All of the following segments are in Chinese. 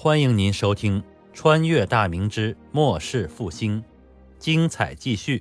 欢迎您收听《穿越大明之末世复兴》，精彩继续。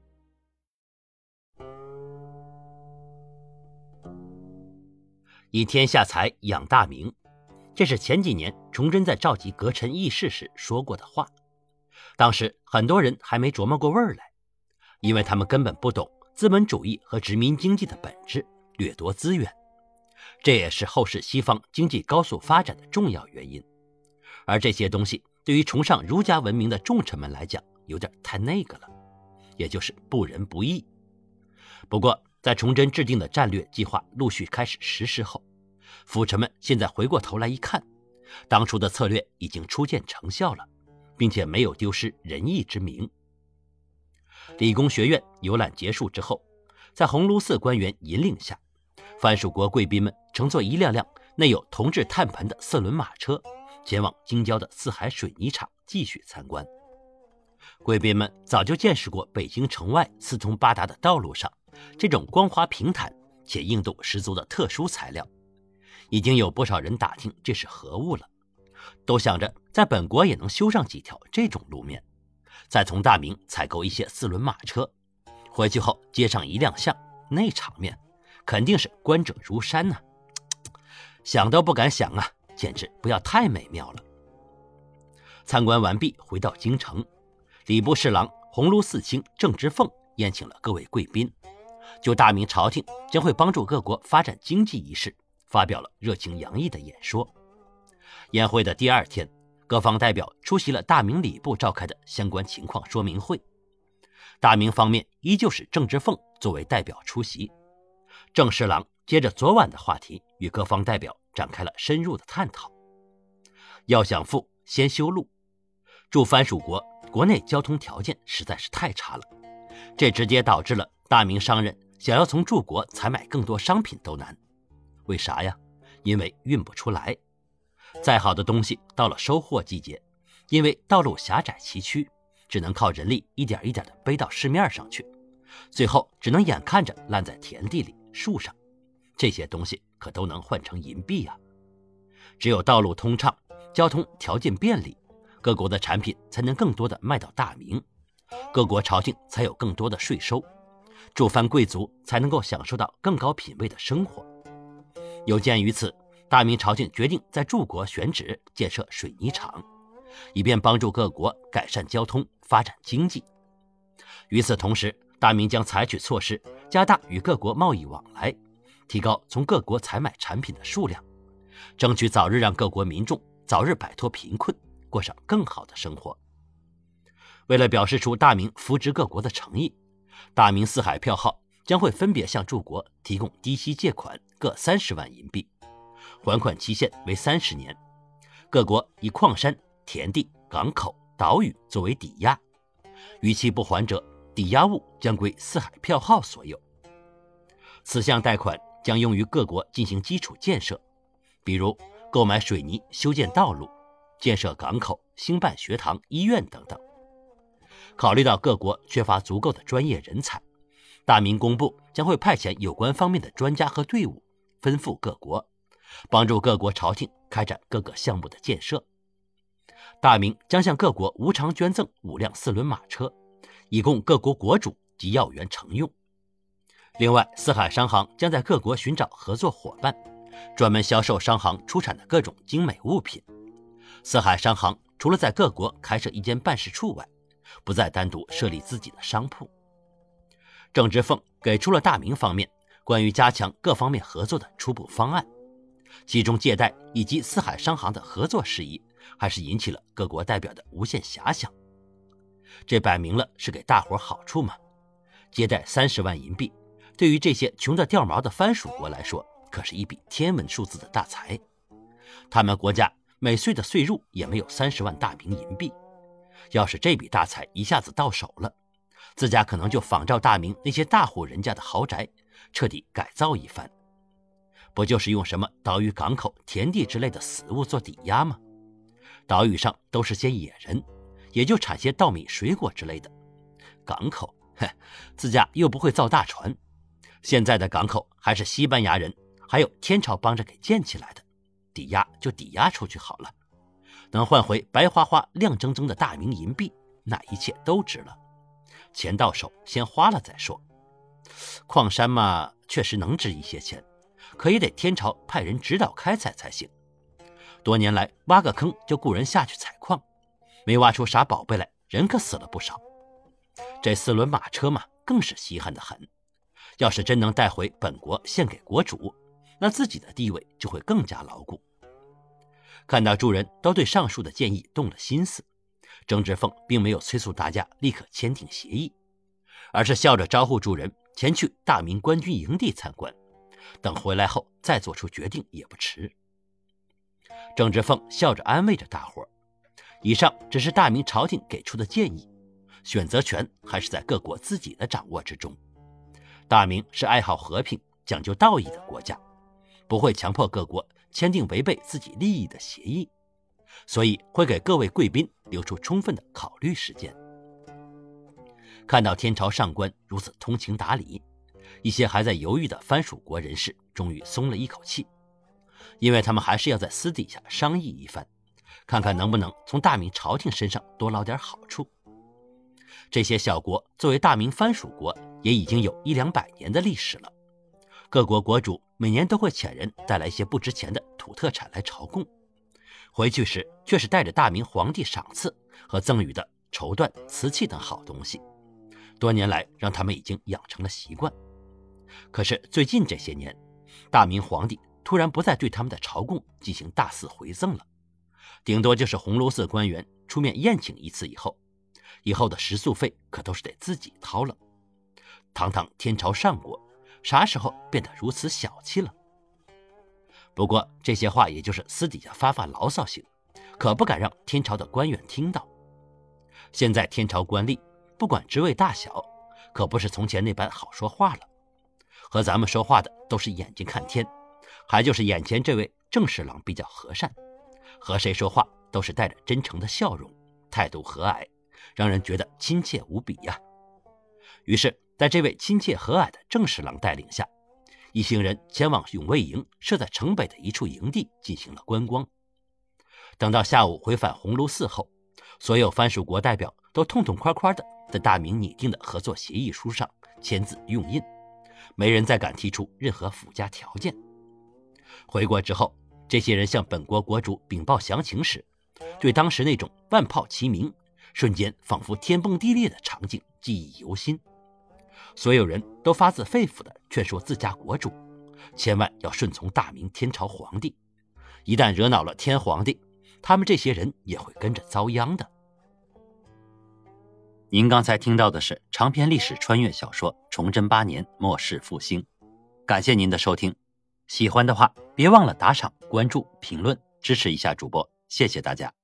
以天下财养大明，这是前几年崇祯在召集阁臣议事时说过的话。当时很多人还没琢磨过味儿来，因为他们根本不懂资本主义和殖民经济的本质，掠夺资源。这也是后世西方经济高速发展的重要原因。而这些东西对于崇尚儒家文明的重臣们来讲，有点太那个了，也就是不仁不义。不过在崇祯制定的战略计划陆续开始实施后，辅臣们现在回过头来一看，当初的策略已经初见成效了，并且没有丢失仁义之名。理工学院游览结束之后，在鸿胪寺官员引领下，藩属国贵宾们乘坐一辆辆内有铜制炭盆的4轮马车，前往京郊的四海水泥厂继续参观。贵宾们早就见识过北京城外四通八达的道路上这种光滑平坦且硬度十足的特殊材料，已经有不少人打听这是何物了，都想着在本国也能修上几条这种路面，再从大明采购一些4轮马车，回去后接上一亮相，那场面肯定是观者如山啊。想都不敢想啊，简直不要太美妙了。参观完毕，回到京城，礼部侍郎鸿胪寺卿郑芝凤宴请了各位贵宾，就大明朝廷将会帮助各国发展经济一事发表了热情洋溢的演说。宴会的第二天，各方代表出席了大明礼部召开的相关情况说明会。大明方面依旧是郑芝凤作为代表出席，郑侍郎接着昨晚的话题与各方代表展开了深入的探讨。要想富，先修路。驻藩属国国内交通条件实在是太差了，这直接导致了大明商人想要从驻国采买更多商品都难。为啥呀？因为运不出来。再好的东西到了收获季节，因为道路狭窄崎岖，只能靠人力一点一点地背到市面上去，最后只能眼看着烂在田地里树上。这些东西可都能换成银币啊！只有道路通畅，交通条件便利，各国的产品才能更多的卖到大明，各国朝廷才有更多的税收，驻藩贵族才能够享受到更高品位的生活。有鉴于此，大明朝廷决定在驻国选址建设水泥厂，以便帮助各国改善交通，发展经济。与此同时，大明将采取措施加大与各国贸易往来，提高从各国采买产品的数量，争取早日让各国民众早日摆脱贫困，过上更好的生活。为了表示出大明扶植各国的诚意，大明四海票号将会分别向诸国提供低息借款各30万银币，还款期限为30年，各国以矿山、田地、港口、岛屿作为抵押，逾期不还者，抵押物将归四海票号所有。此项贷款将用于各国进行基础建设，比如购买水泥、修建道路、建设港口、兴办学堂、医院等等。考虑到各国缺乏足够的专业人才，大明公布将会派遣有关方面的专家和队伍，分赴各国，帮助各国朝廷开展各个项目的建设。大明将向各国无偿捐赠5辆4轮马车，以供各国国主及要员乘用。另外，四海商行将在各国寻找合作伙伴，专门销售商行出产的各种精美物品。四海商行除了在各国开设一间办事处外，不再单独设立自己的商铺。郑芝凤给出了大明方面关于加强各方面合作的初步方案，其中借贷以及四海商行的合作事宜还是引起了各国代表的无限遐想。这摆明了是给大伙好处嘛，借贷30万银币，对于这些穷得掉毛的藩属国来说，可是一笔天文数字的大财。他们国家每岁的税入也没有30万大明银币，要是这笔大财一下子到手了，自家可能就仿照大明那些大户人家的豪宅，彻底改造一番。不就是用什么岛屿、港口、田地之类的死物做抵押吗？岛屿上都是些野人，也就产些稻米、水果之类的。港口，自家又不会造大船，现在的港口还是西班牙人还有天朝帮着给建起来的，抵押就抵押出去好了。 能换回白花花亮铮铮的大明银币，那一切都值了。钱到手，先花了再说。矿山嘛，确实能值一些钱，可也得天朝派人指导开采才行。多年来挖个坑就雇人下去采矿，没挖出啥宝贝来，人可死了不少。这4轮马车嘛，更是稀罕得很。要是真能带回本国献给国主，那自己的地位就会更加牢固。看到诸人都对上述的建议动了心思，郑芝凤并没有催促大家立刻签订协议，而是笑着招呼诸人前去大明官军营地参观，等回来后再做出决定也不迟。郑芝凤笑着安慰着大伙，以上只是大明朝廷给出的建议，选择权还是在各国自己的掌握之中。大明是爱好和平、讲究道义的国家，不会强迫各国签订违背自己利益的协议，所以会给各位贵宾留出充分的考虑时间。看到天朝上官如此通情达理，一些还在犹豫的藩属国人士终于松了一口气，因为他们还是要在私底下商议一番，看看能不能从大明朝廷身上多捞点好处。这些小国作为大明藩属国，也已经有100-200年的历史了。各国国主每年都会遣人带来一些不值钱的土特产来朝贡，回去时却是带着大明皇帝赏赐和赠予的绸缎、瓷器等好东西。多年来让他们已经养成了习惯。可是最近这些年，大明皇帝突然不再对他们的朝贡进行大肆回赠了，顶多就是鸿胪寺官员出面宴请一次以后的食宿费可都是得自己掏了。堂堂天朝上国，啥时候变得如此小气了？不过这些话也就是私底下发发牢骚行，可不敢让天朝的官员听到。现在天朝官吏不管职位大小，可不是从前那般好说话了，和咱们说话的都是眼睛看天，还就是眼前这位郑侍郎比较和善，和谁说话都是带着真诚的笑容，态度和蔼，让人觉得亲切无比呀。于是在这位亲切和蔼的郑侍郎带领下，一行人前往永卫营设在城北的一处营地进行了观光。等到下午回返鸿胪寺后，所有藩属国代表都痛痛快快地在大明拟定的合作协议书上签字用印，没人再敢提出任何附加条件。回国之后，这些人向本国国主禀报详情时，对当时那种万炮齐鸣、瞬间仿佛天崩地裂的场景记忆犹新。所有人都发自肺腑地劝说自家国主，千万要顺从大明天朝皇帝，一旦惹恼了天皇帝，他们这些人也会跟着遭殃的。 您刚才听到的是长篇历史穿越小说《崇祯8年末世复兴》，感谢您的收听。喜欢的话别忘了打赏、关注、评论，支持一下主播，谢谢大家。